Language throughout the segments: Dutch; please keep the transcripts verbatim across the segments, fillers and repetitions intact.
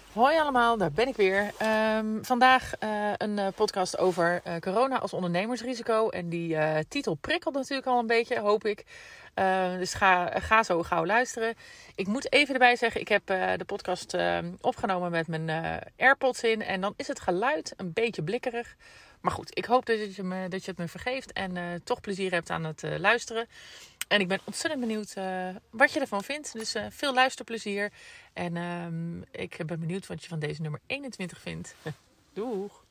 Hoi allemaal, daar ben ik weer. Um, vandaag uh, een uh, podcast over uh, corona als ondernemersrisico. En die uh, titel prikkelt natuurlijk al een beetje, hoop ik. Uh, dus ga, ga zo gauw luisteren. Ik moet even erbij zeggen, ik heb uh, de podcast uh, opgenomen met mijn uh, AirPods in. En dan is het geluid een beetje blikkerig. Maar goed, ik hoop dat je, me, dat je het me vergeeft en uh, toch plezier hebt aan het uh, luisteren. En ik ben ontzettend benieuwd uh, wat je ervan vindt. Dus uh, veel luisterplezier. En uh, ik ben benieuwd wat je van deze nummer eenentwintig vindt. Doeg!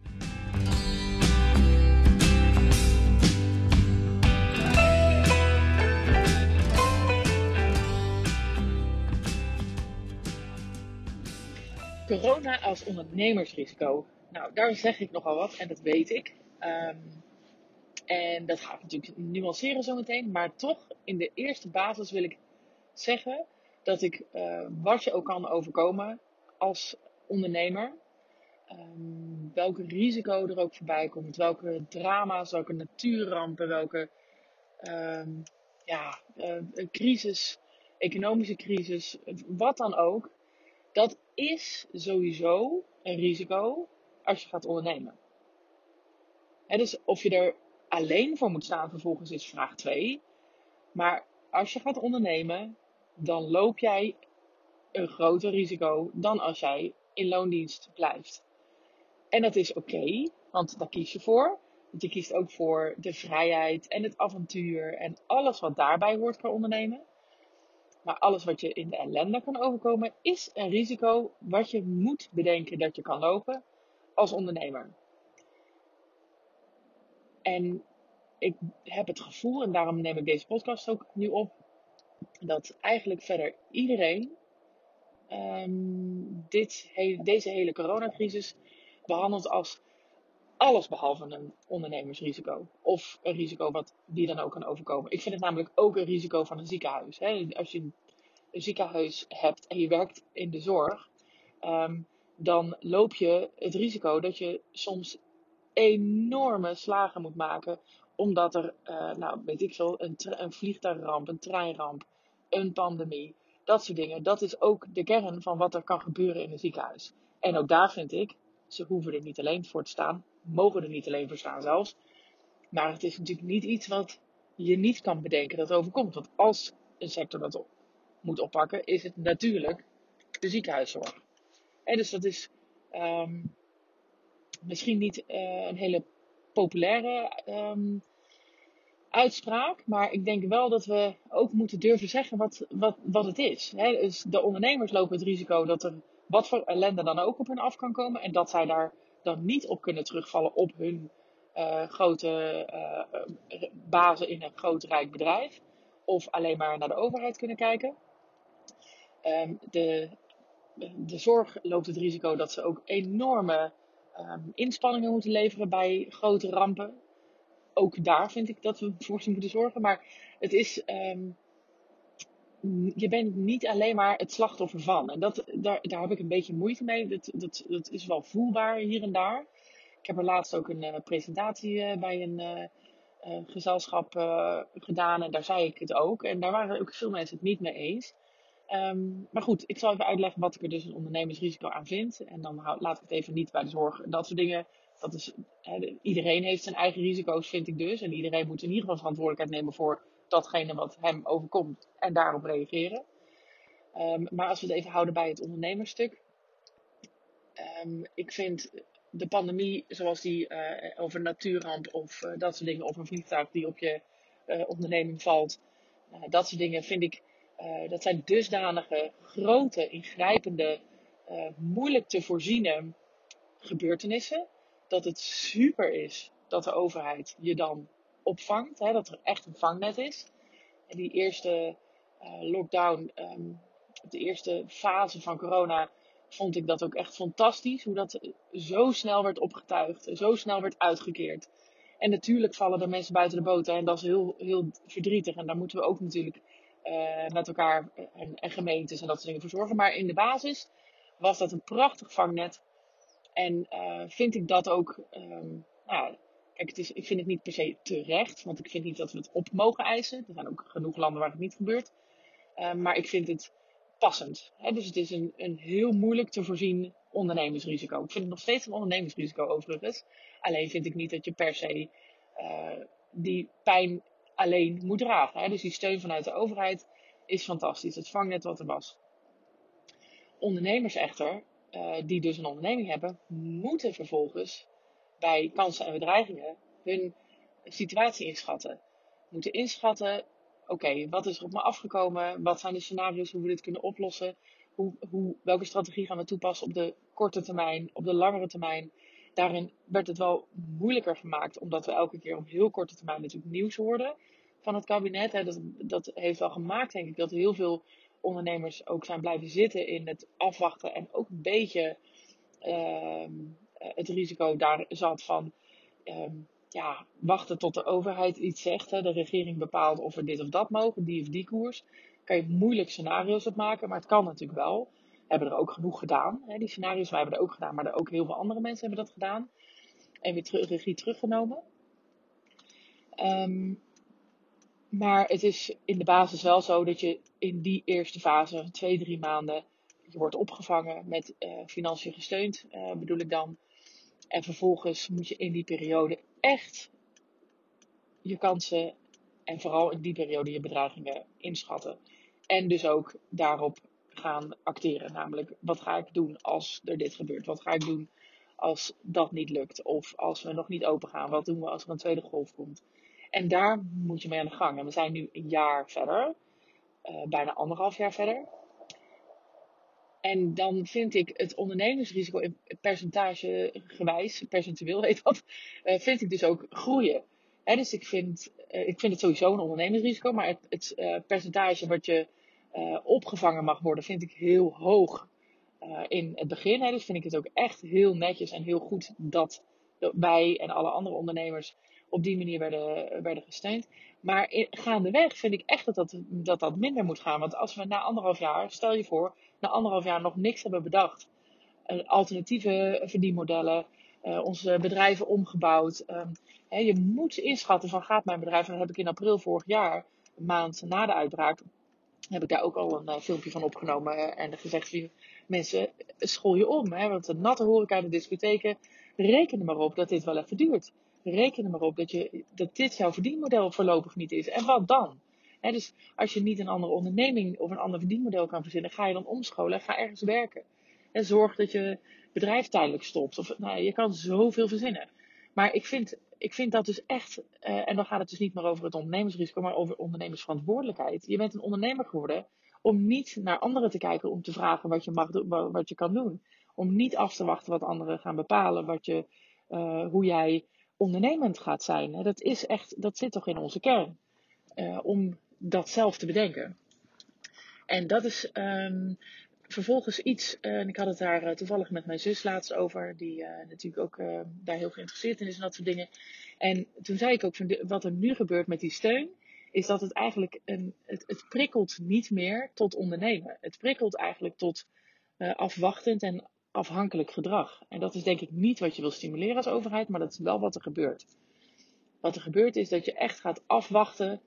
Corona als ondernemersrisico. Nou, daar zeg ik nogal wat en dat weet ik. Um, en dat ga ik natuurlijk nuanceren zo meteen. Maar toch, in de eerste basis wil ik zeggen dat ik, uh, wat je ook kan overkomen als ondernemer, um, welke risico er ook voorbij komt, welke drama's, welke natuurrampen, welke um, ja, uh, crisis, economische crisis, wat dan ook, dat is sowieso een risico als je gaat ondernemen. He, dus of je er alleen voor moet staan vervolgens is vraag twee. Maar als je gaat ondernemen, dan loop jij een groter risico dan als jij in loondienst blijft. En dat is oké, okay, want daar kies je voor. Want je kiest ook voor de vrijheid en het avontuur en alles wat daarbij hoort qua ondernemen. Maar alles wat je in de ellende kan overkomen, is een risico wat je moet bedenken dat je kan lopen als ondernemer. En ik heb het gevoel, en daarom neem ik deze podcast ook nu op, dat eigenlijk verder iedereen um, dit, he, deze hele coronacrisis behandelt als alles behalve een ondernemersrisico. Of een risico wat die dan ook kan overkomen. Ik vind het namelijk ook een risico van een ziekenhuis. Hè? Als je een ziekenhuis hebt en je werkt in de zorg, um, dan loop je het risico dat je soms enorme slagen moet maken. Omdat er, uh, nou weet ik veel, een, tra- een vliegtuigramp, een treinramp, een pandemie, dat soort dingen. Dat is ook de kern van wat er kan gebeuren in een ziekenhuis. En ook daar vind ik, ze hoeven er niet alleen voor te staan, mogen er niet alleen voor staan zelfs. Maar het is natuurlijk niet iets wat je niet kan bedenken dat overkomt. Want als een sector dat op, moet oppakken, is het natuurlijk de ziekenhuiszorg. En dus dat is um, misschien niet uh, een hele populaire um, uitspraak. Maar ik denk wel dat we ook moeten durven zeggen wat, wat, wat het is. He, dus de ondernemers lopen het risico dat er wat voor ellende dan ook op hen af kan komen. En dat zij daar dan niet op kunnen terugvallen op hun uh, grote uh, bazen in een groot rijk bedrijf. Of alleen maar naar de overheid kunnen kijken. Um, de, de zorg loopt het risico dat ze ook enorme um, inspanningen moeten leveren bij grote rampen. Ook daar vind ik dat we voor ze moeten zorgen. Maar het is, um, je bent niet alleen maar het slachtoffer van. En dat, daar, daar heb ik een beetje moeite mee. Dat, dat, dat is wel voelbaar hier en daar. Ik heb er laatst ook een uh, presentatie uh, bij een uh, uh, gezelschap uh, gedaan. En daar zei ik het ook. En daar waren ook veel mensen het niet mee eens. Um, maar goed, ik zal even uitleggen wat ik er dus een ondernemersrisico aan vind. En dan houd, laat ik het even niet bij de zorg en dat soort dingen. Dat is, he, iedereen heeft zijn eigen risico's, vind ik dus. En iedereen moet in ieder geval verantwoordelijkheid nemen voor datgene wat hem overkomt. En daarop reageren. Um, maar als we het even houden bij het ondernemersstuk. Um, ik vind de pandemie, zoals die uh, over een natuurramp of uh, dat soort dingen. Of een vliegtuig die op je uh, onderneming valt. Uh, dat soort dingen vind ik... Uh, dat zijn dusdanige grote, ingrijpende, uh, moeilijk te voorziene gebeurtenissen. Dat het super is dat de overheid je dan opvangt. Hè, dat er echt een vangnet is. En die eerste uh, lockdown, um, de eerste fase van corona, vond ik dat ook echt fantastisch. Hoe dat zo snel werd opgetuigd. Zo snel werd uitgekeerd. En natuurlijk vallen er mensen buiten de boot. Hè, en dat is heel, heel verdrietig. En daar moeten we ook natuurlijk... Uh, met elkaar en, en gemeentes en dat soort dingen voor zorgen. Maar in de basis was dat een prachtig vangnet. En uh, vind ik dat ook... Um, nou, kijk, het is, ik vind het niet per se terecht. Want ik vind niet dat we het op mogen eisen. Er zijn ook genoeg landen waar het niet gebeurt. Uh, maar ik vind het passend. Hè? Dus het is een, een heel moeilijk te voorzien ondernemersrisico. Ik vind het nog steeds een ondernemersrisico overigens. Alleen vind ik niet dat je per se uh, die pijn alleen moet dragen. Hè? Dus die steun vanuit de overheid is fantastisch. Het vangnet wat er was. Ondernemers echter, uh, die dus een onderneming hebben, moeten vervolgens bij kansen en bedreigingen hun situatie inschatten. Moeten inschatten, oké, okay, wat is er op me afgekomen? Wat zijn de scenario's, hoe we dit kunnen oplossen? Hoe, hoe, welke strategie gaan we toepassen op de korte termijn, op de langere termijn? Daarin werd het wel moeilijker gemaakt, omdat we elke keer op heel korte termijn natuurlijk nieuws hoorden van het kabinet. Hè. Dat, dat heeft wel gemaakt, denk ik, dat heel veel ondernemers ook zijn blijven zitten in het afwachten en ook een beetje uh, het risico daar zat van um, ja, wachten tot de overheid iets zegt. Hè. De regering bepaalt of we dit of dat mogen, die of die koers. Daar kan je moeilijk scenario's op maken, maar het kan natuurlijk wel. We hebben er ook genoeg gedaan, hè, die scenario's. Wij hebben er ook gedaan, maar er ook heel veel andere mensen hebben dat gedaan. En weer terug, regie teruggenomen. Um, maar het is in de basis wel zo dat je in die eerste fase, twee, drie maanden, je wordt opgevangen met uh, financiën gesteund, uh, bedoel ik dan. En vervolgens moet je in die periode echt je kansen en vooral in die periode je bedreigingen inschatten. En dus ook daarop gaan acteren. Namelijk, wat ga ik doen als er dit gebeurt? Wat ga ik doen als dat niet lukt? Of als we nog niet open gaan? Wat doen we als er een tweede golf komt? En daar moet je mee aan de gang. En we zijn nu een jaar verder. Uh, bijna anderhalf jaar verder. En dan vind ik het ondernemingsrisico in percentage gewijs, percentueel heet dat, uh, vind ik dus ook groeien. Hè, dus ik vind, uh, ik vind het sowieso een ondernemingsrisico, maar het, het uh, percentage wat je uh, opgevangen mag worden, vind ik heel hoog uh, in het begin. Hè, dus vind ik het ook echt heel netjes en heel goed dat wij en alle andere ondernemers op die manier werden, werden gesteund. Maar in, gaandeweg vind ik echt dat dat, dat dat minder moet gaan. Want als we na anderhalf jaar, stel je voor, na anderhalf jaar nog niks hebben bedacht. Uh, alternatieve verdienmodellen, uh, onze bedrijven omgebouwd. Um, hè, je moet inschatten van gaat mijn bedrijf, en dat heb ik in april vorig jaar, een maand na de uitbraak, heb ik daar ook al een uh, filmpje van opgenomen uh, en gezegd, mensen, school je om. Hè, want de natte horeca, de discotheken, reken er maar op dat dit wel even duurt. Reken er maar op dat, je, dat dit jouw verdienmodel voorlopig niet is. En wat dan? He, dus als je niet een andere onderneming of een ander verdienmodel kan verzinnen, ga je dan omscholen en ga ergens werken. En zorg dat je bedrijf tijdelijk stopt. Of, nou, je kan zoveel verzinnen. Maar ik vind, ik vind dat dus echt, uh, en dan gaat het dus niet meer over het ondernemersrisico, maar over ondernemersverantwoordelijkheid. Je bent een ondernemer geworden om niet naar anderen te kijken om te vragen wat je mag doen, wat je kan doen. Om niet af te wachten wat anderen gaan bepalen, wat je, uh, hoe jij ondernemend gaat zijn. Hè. Dat is echt, dat zit toch in onze kern. Uh, om dat zelf te bedenken. En dat is um, vervolgens iets, uh, en ik had het daar uh, toevallig met mijn zus laatst over, die uh, natuurlijk ook uh, daar heel geïnteresseerd in is en dat soort dingen. En toen zei ik ook, van de, wat er nu gebeurt met die steun, is dat het eigenlijk, een, het, het prikkelt niet meer tot ondernemen. Het prikkelt eigenlijk tot uh, afwachtend en afhankelijk gedrag. En dat is denk ik niet wat je wil stimuleren als overheid, maar dat is wel wat er gebeurt. Wat er gebeurt is dat je echt gaat afwachten,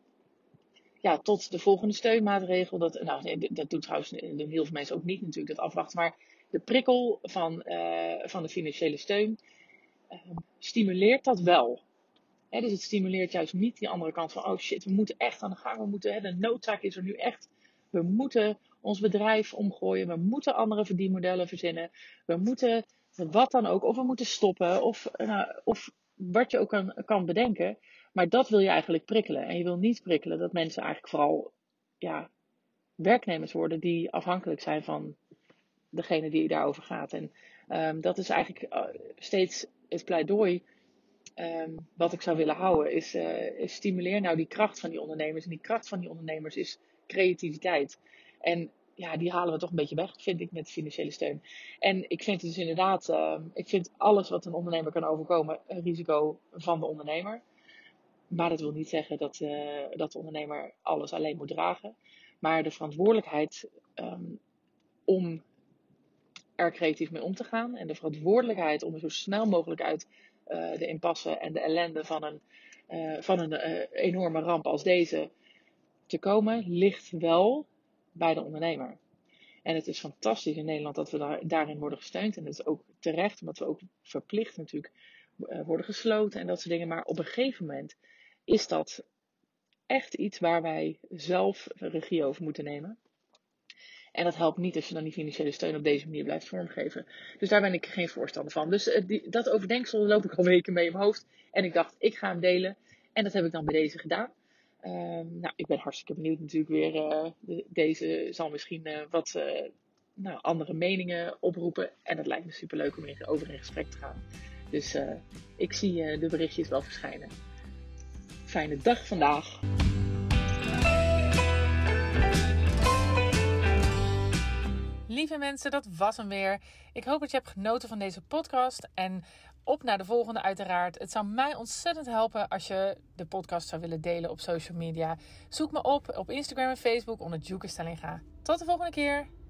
ja, tot de volgende steunmaatregel. Dat, nou, nee, dat doet trouwens doen heel veel mensen ook niet natuurlijk, dat afwachten. Maar de prikkel van, uh, van de financiële steun uh, stimuleert dat wel. He, dus het stimuleert juist niet die andere kant van, oh shit, we moeten echt aan de gang. We moeten, he, de noodzaak is er nu echt. We moeten ons bedrijf omgooien. We moeten andere verdienmodellen verzinnen. We moeten wat dan ook. Of we moeten stoppen. Of, uh, of wat je ook kan, kan bedenken. Maar dat wil je eigenlijk prikkelen. En je wil niet prikkelen dat mensen eigenlijk vooral ja, werknemers worden die afhankelijk zijn van degene die daarover gaat. En um, dat is eigenlijk uh, steeds het pleidooi um, wat ik zou willen houden. Is, uh, is stimuleer nou die kracht van die ondernemers. En die kracht van die ondernemers is creativiteit. En ja, die halen we toch een beetje weg, vind ik, met financiële steun. En ik vind het dus inderdaad, uh, ik vind alles wat een ondernemer kan overkomen, een risico van de ondernemer. Maar dat wil niet zeggen dat, uh, dat de ondernemer alles alleen moet dragen. Maar de verantwoordelijkheid um, om er creatief mee om te gaan. En de verantwoordelijkheid om er zo snel mogelijk uit uh, de impasse en de ellende van een, uh, van een uh, enorme ramp als deze te komen, ligt wel bij de ondernemer. En het is fantastisch in Nederland dat we daar, daarin worden gesteund. En dat is ook terecht, omdat we ook verplicht natuurlijk uh, worden gesloten en dat soort dingen. Maar op een gegeven moment is dat echt iets waar wij zelf regie over moeten nemen. En dat helpt niet als je dan die financiële steun op deze manier blijft vormgeven. Dus daar ben ik geen voorstander van. Dus uh, die, dat overdenksel loop ik al weken mee in mijn hoofd. En ik dacht, ik ga hem delen. En dat heb ik dan bij deze gedaan. Uh, nou, ik ben hartstikke benieuwd natuurlijk weer. Uh, de, deze zal misschien uh, wat uh, nou, andere meningen oproepen. En dat lijkt me superleuk om in, over in gesprek te gaan. Dus uh, ik zie uh, de berichtjes wel verschijnen. Fijne dag vandaag. Lieve mensen, dat was hem weer. Ik hoop dat je hebt genoten van deze podcast. En op naar de volgende uiteraard. Het zou mij ontzettend helpen als je de podcast zou willen delen op social media. Zoek me op op Instagram en Facebook onder Djoeke Stellinga. Tot de volgende keer.